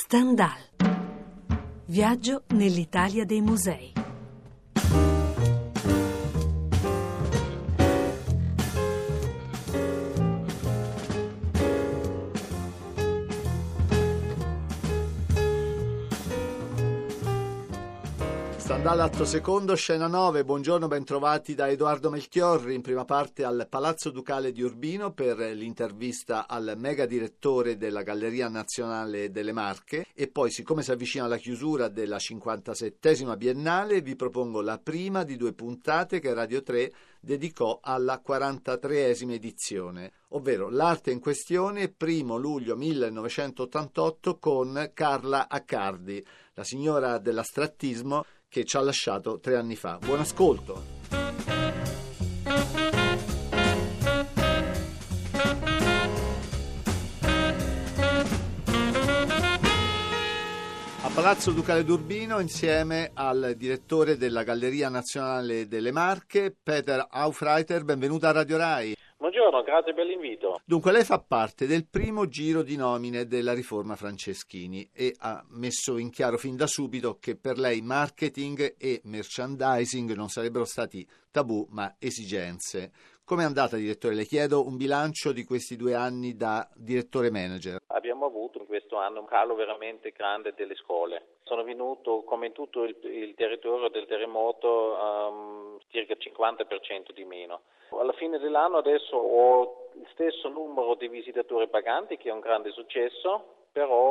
Stendhal. Viaggio nell'Italia dei musei. Stendhal atto secondo, scena 9. Buongiorno, bentrovati da Edoardo Melchiorri. In prima parte al Palazzo Ducale di Urbino per l'intervista al mega direttore della Galleria Nazionale delle Marche, e poi, siccome si avvicina la chiusura della 57esima Biennale, vi propongo la prima di due puntate che Radio 3 dedicò alla 43esima edizione, ovvero l'arte in questione 1 luglio 1988 con Carla Accardi, la signora dell'astrattismo che ci ha lasciato 3 anni fa. Buon ascolto. A Palazzo Ducale d'Urbino, insieme al direttore della Galleria Nazionale delle Marche, Peter Aufreiter. Benvenuto a Radio Rai. Buongiorno, grazie per l'invito. Dunque, lei fa parte del primo giro di nomine della riforma Franceschini e ha messo in chiaro fin da subito che per lei marketing e merchandising non sarebbero stati tabù ma esigenze. Come è andata, direttore? Le chiedo un bilancio di questi 2 anni da direttore manager. Abbiamo avuto in questo anno un calo veramente grande delle scuole. Sono venuto, come in tutto il territorio del terremoto, circa 50% di meno. Alla fine dell'anno adesso ho il stesso numero di visitatori paganti, che è un grande successo,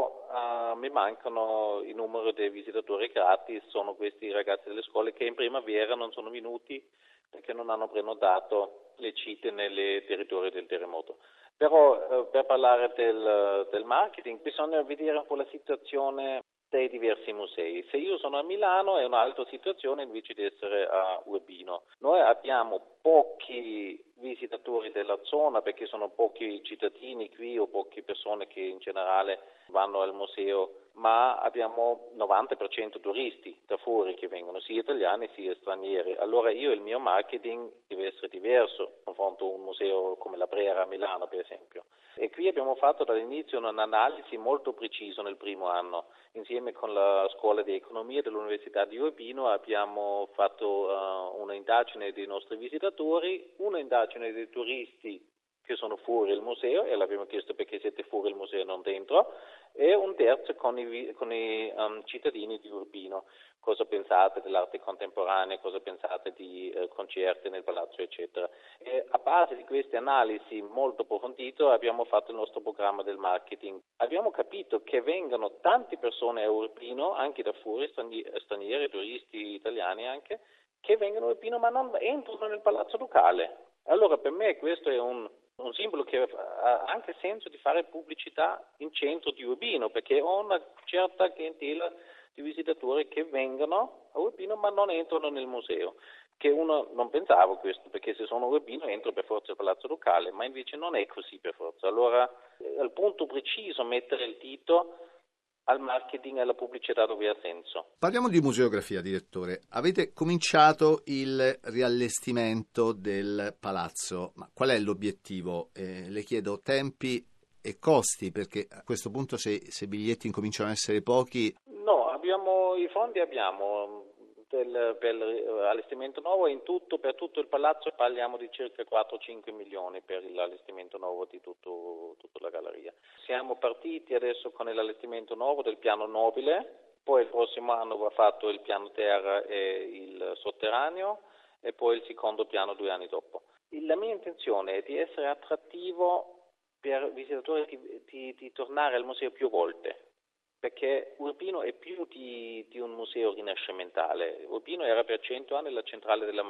però mi mancano i numeri dei visitatori gratis. Sono questi ragazzi delle scuole che in primavera non sono venuti perché non hanno prenotato le gite nei territori del terremoto. Però per parlare del marketing bisogna vedere un po' la situazione dei diversi musei. Se io sono a Milano è un'altra situazione invece di essere a Urbino. Noi abbiamo pochi visitatori della zona perché sono pochi cittadini qui o poche persone che in generale vanno al museo, ma abbiamo 90% turisti da fuori che vengono, sia italiani sia stranieri. Allora il mio marketing deve essere diverso confronto a un museo come la Brera a Milano, per esempio. E qui abbiamo fatto dall'inizio un'analisi molto precisa nel primo anno. Insieme con la scuola di economia dell'Università di Urbino abbiamo fatto un'indagine dei nostri visitatori, un'indagine dei turisti che sono fuori il museo, e l'abbiamo chiesto perché siete fuori il museo e non dentro, e un terzo con i cittadini di Urbino. Cosa pensate dell'arte contemporanea, cosa pensate di concerti nel palazzo, eccetera. E a base di queste analisi molto approfondite abbiamo fatto il nostro programma del marketing. Abbiamo capito che vengono tante persone a Urbino, anche da fuori, stranieri, turisti italiani anche, che vengono a Urbino ma non entrano nel palazzo ducale. Allora per me questo è un simbolo che ha anche senso di fare pubblicità in centro di Urbino, perché ho una certa clientela di visitatori che vengono a Urbino ma non entrano nel museo, che uno non pensava questo, perché se sono a Urbino entro per forza al Palazzo Ducale, ma invece non è così per forza. Allora al punto preciso mettere il dito al marketing e alla pubblicità dove ha senso. Parliamo di museografia, direttore. Avete cominciato il riallestimento del palazzo, ma qual è l'obiettivo? Le chiedo tempi e costi, perché a questo punto se i biglietti incominciano a essere pochi... No, i fondi abbiamo per l'allestimento nuovo, in tutto, per tutto il palazzo parliamo di circa 4-5 milioni per l'allestimento nuovo di tutta la galleria. Siamo partiti adesso con l'allestimento nuovo del piano nobile, poi il prossimo anno va fatto il piano terra e il sotterraneo, e poi il secondo piano 2 anni dopo. La mia intenzione è di essere attrattivo per visitatori di tornare al museo più volte, perché Urbino è più di un museo rinascimentale. Urbino era per 100 anni la centrale della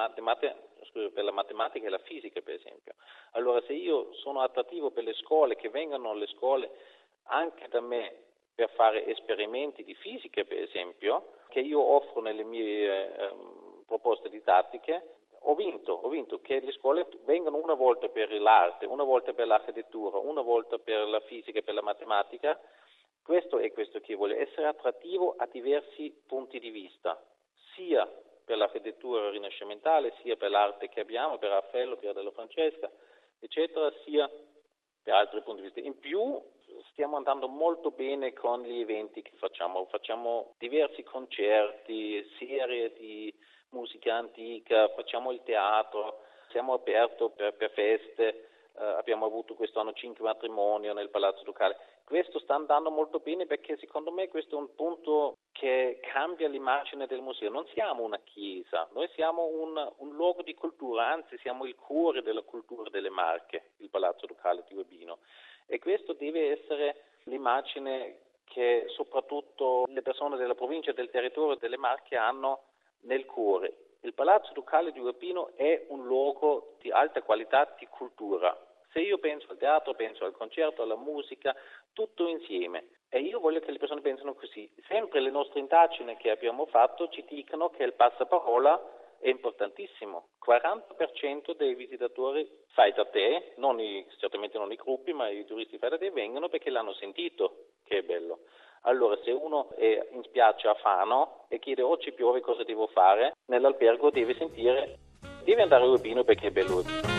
per la matematica e la fisica, per esempio. Allora se io sono attrattivo per le scuole, che vengano alle scuole anche da me per fare esperimenti di fisica, per esempio, che io offro nelle mie proposte didattiche, ho vinto che le scuole vengano una volta per l'arte, una volta per l'architettura, una volta per la fisica e per la matematica. Questo è questo che voglio, essere attrattivo a diversi punti di vista, sia per l'architettura rinascimentale, sia per l'arte che abbiamo, per Raffaello, per Della Francesca, eccetera, sia per altri punti di vista. In più stiamo andando molto bene con gli eventi che facciamo diversi concerti, serie di musica antica, facciamo il teatro, siamo aperti per feste, abbiamo avuto quest'anno 5 matrimoni nel Palazzo Ducale. Questo sta andando molto bene perché secondo me questo è un punto che cambia l'immagine del museo. Non siamo una chiesa, noi siamo un luogo di cultura, anzi siamo il cuore della cultura delle Marche, il Palazzo Ducale di Urbino. E questo deve essere l'immagine che soprattutto le persone della provincia e del territorio delle Marche hanno nel cuore. Il Palazzo Ducale di Urbino è un luogo di alta qualità di cultura. Se io penso al teatro, penso al concerto, alla musica, tutto insieme. E io voglio che le persone pensino così. Sempre le nostre indagini che abbiamo fatto ci dicono che il passaparola è importantissimo. 40% dei visitatori fai da te, certamente non i gruppi, ma i turisti fai da te, vengono perché l'hanno sentito, che è bello. Allora, se uno è in spiaggia a Fano e chiede oggi piove cosa devo fare, nell'albergo deve andare a Urbino perché è bello Urbino.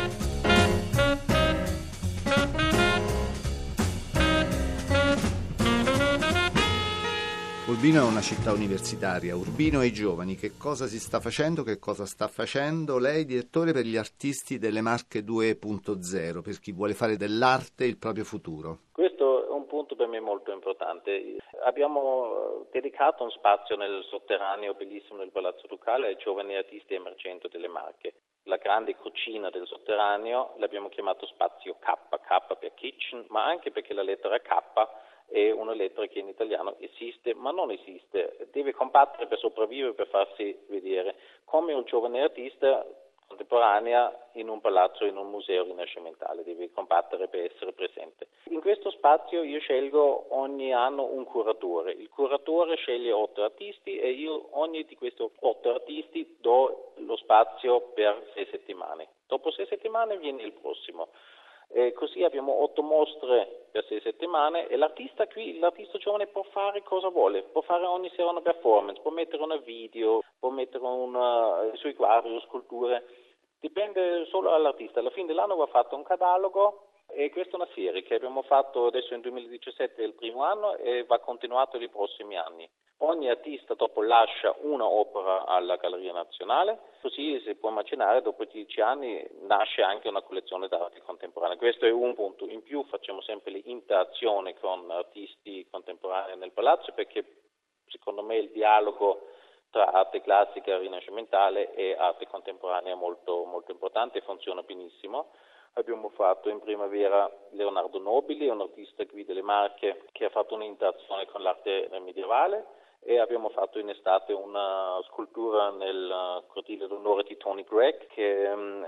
Urbino è una città universitaria. Urbino e i giovani, che cosa si sta facendo, che cosa sta facendo? Lei, direttore per gli artisti delle Marche 2.0, per chi vuole fare dell'arte il proprio futuro. Questo è un punto per me molto importante. Abbiamo dedicato un spazio nel sotterraneo bellissimo del Palazzo Ducale ai giovani artisti emergenti delle Marche. La grande cucina del sotterraneo l'abbiamo chiamato spazio K per kitchen, ma anche perché la lettera K è una lettera che in italiano esiste, ma non esiste, deve combattere per sopravvivere, per farsi vedere, come un giovane artista contemporanea in un palazzo, in un museo rinascimentale, deve combattere per essere presente. In questo spazio io scelgo ogni anno un curatore, il curatore sceglie 8 artisti e io ogni di questi 8 artisti do lo spazio per 6 settimane. Dopo 6 settimane viene il prossimo. E così abbiamo 8 mostre per 6 settimane e l'artista giovane può fare cosa vuole, può fare ogni sera una performance, può mettere una video, può mettere sui quadri o sculture, dipende solo dall'artista. Alla fine dell'anno va fatto un catalogo e questa è una serie che abbiamo fatto adesso in 2017, è il primo anno e va continuato nei prossimi anni. Ogni artista dopo lascia una opera alla Galleria Nazionale, così si può immaginare dopo 10 anni nasce anche una collezione d'arte contemporanea. Questo è un punto. In più facciamo sempre le interazioni con artisti contemporanei nel palazzo perché secondo me il dialogo tra arte classica, rinascimentale e arte contemporanea è molto, molto importante e funziona benissimo. Abbiamo fatto in primavera Leonardo Nobili, un artista qui delle Marche che ha fatto un'interazione con l'arte medievale. E abbiamo fatto in estate una scultura nel cortile d'onore di Tony Gregg che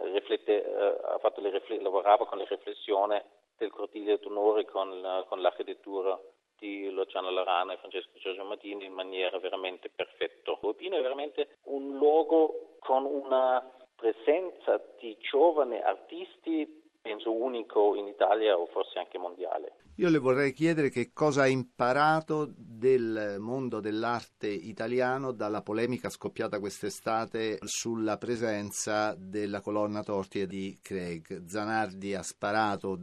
lavorava con le riflessioni del cortile d'onore con l'architettura di Luciano Larana e Francesco Giorgio Martini in maniera veramente perfetta. Urbino è veramente un luogo con una presenza di giovani artisti, penso unico in Italia o forse anche mondiale. Io le vorrei chiedere che cosa ha imparato del mondo dell'arte italiano dalla polemica scoppiata quest'estate sulla presenza della colonna Torti di Craig. Zanardi ha sparato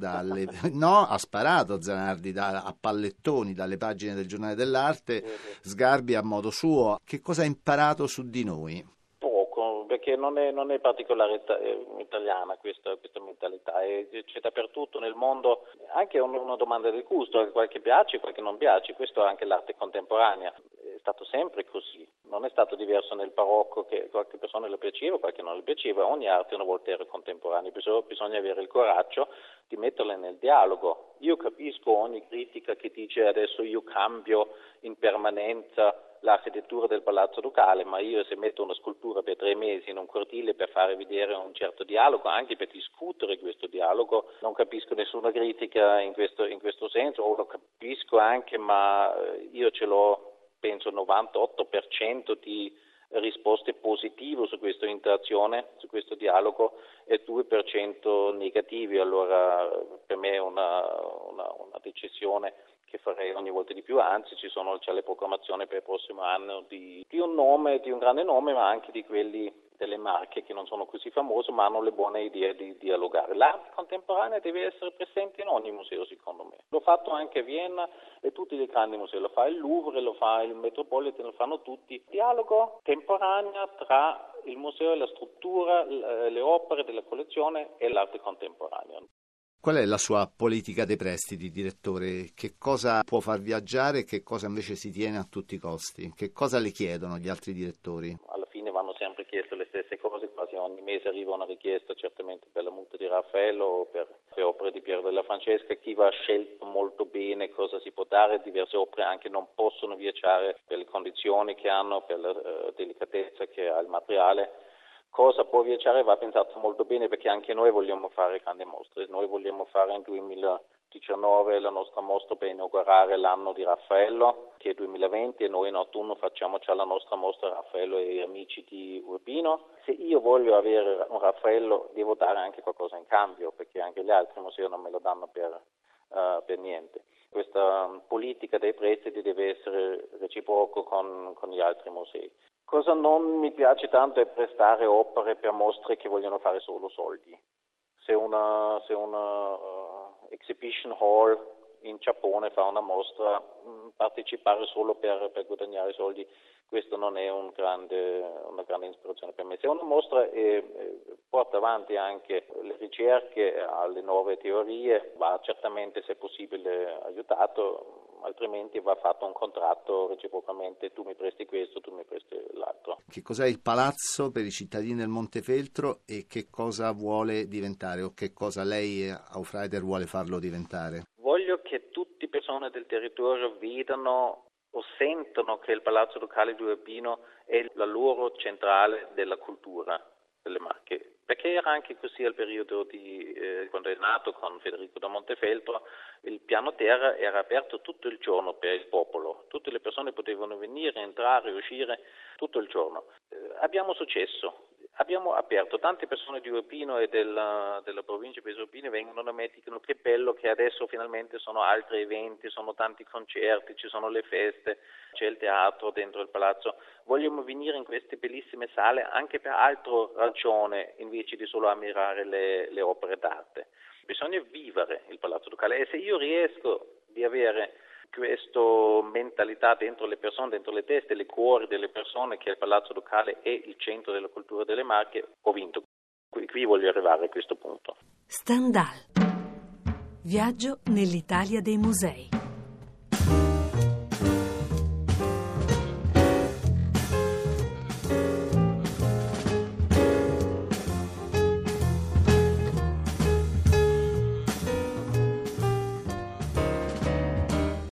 Zanardi a pallettoni dalle pagine del Giornale dell'Arte, Sgarbi a modo suo. Che cosa ha imparato su di noi? Perché non è particolare italiana questa mentalità, c'è dappertutto nel mondo, anche una domanda del gusto, qualche piace, qualche non piace, questo è anche l'arte contemporanea, è stato sempre così, non è stato diverso nel barocco che qualche persona le piaceva, qualche non le piaceva, ogni arte una volta era contemporanea, bisogna avere il coraggio di metterla nel dialogo. Io capisco ogni critica che dice adesso io cambio in permanenza l'architettura del Palazzo Ducale, ma io se metto una scultura per 3 mesi in un cortile per fare vedere un certo dialogo, anche per discutere questo dialogo, non capisco nessuna critica in questo senso, o lo capisco anche, ma io ce l'ho, penso, 98% di risposte positive su questa interazione, su questo dialogo e 2% negativi. Allora per me è una decisione che farei ogni volta di più, anzi c'è le proclamazioni per il prossimo anno di un nome, di un grande nome, ma anche di quelli delle Marche che non sono così famose ma hanno le buone idee di dialogare. L'arte contemporanea deve essere presente in ogni museo, secondo me. L'ho fatto anche a Vienna e tutti i grandi musei, lo fa il Louvre, lo fa il Metropolitan, lo fanno tutti. Dialogo temporaneo tra il museo e la struttura, le opere della collezione e l'arte contemporanea. Qual è la sua politica dei prestiti, direttore? Che cosa può far viaggiare e che cosa invece si tiene a tutti i costi? Che cosa le chiedono gli altri direttori? Alla fine vanno sempre chieste le stesse cose, quasi ogni mese arriva una richiesta, certamente per la multa di Raffaello o per le opere di Piero della Francesca. Chi va scelto molto bene cosa si può dare, diverse opere anche non possono viaggiare per le condizioni che hanno, per la delicatezza che ha il materiale. Cosa può viaggiare va pensato molto bene, perché anche noi vogliamo fare grandi mostre. Noi vogliamo fare in 2019 la nostra mostra per inaugurare l'anno di Raffaello, che è 2020, e noi in autunno facciamo già la nostra mostra Raffaello e gli amici di Urbino. Se io voglio avere un Raffaello devo dare anche qualcosa in cambio, perché anche gli altri musei non me lo danno per niente. Questa politica dei prestiti deve essere reciproco con gli altri musei. Cosa non mi piace tanto è prestare opere per mostre che vogliono fare solo soldi. Se una exhibition hall in Giappone fa una mostra, partecipare solo per guadagnare soldi, questo non è una grande ispirazione per me. Se una mostra porta avanti anche le ricerche alle nuove teorie, va certamente, se possibile, aiutato, altrimenti va fatto un contratto reciprocamente: tu mi presti questo, tu mi presti l'altro. Che cos'è il palazzo per i cittadini del Montefeltro e che cosa vuole diventare, o che cosa lei, Aufreiter, vuole farlo diventare? Voglio che tutte le persone del territorio vedano o sentono che il Palazzo Ducale di Urbino è la loro centrale della cultura delle Marche, perché era anche così al periodo quando è nato con Federico da Montefeltro. Il piano terra era aperto tutto il giorno per il popolo, tutte le persone potevano venire, entrare, uscire tutto il giorno. Abbiamo successo. Abbiamo aperto, tante persone di Urbino e della provincia di Urbino vengono da me e dicono: che bello che adesso finalmente sono altri eventi, sono tanti concerti, ci sono le feste, c'è il teatro dentro il palazzo. Vogliamo venire in queste bellissime sale anche per altra ragione, invece di solo ammirare le opere d'arte. Bisogna vivere il Palazzo Ducale, e se io riesco di avere questa mentalità dentro le persone, dentro le teste, le cuori delle persone, che il Palazzo Ducale è il centro della cultura delle Marche, ho vinto. Qui voglio arrivare a questo punto. Stendhal. Viaggio nell'Italia dei musei.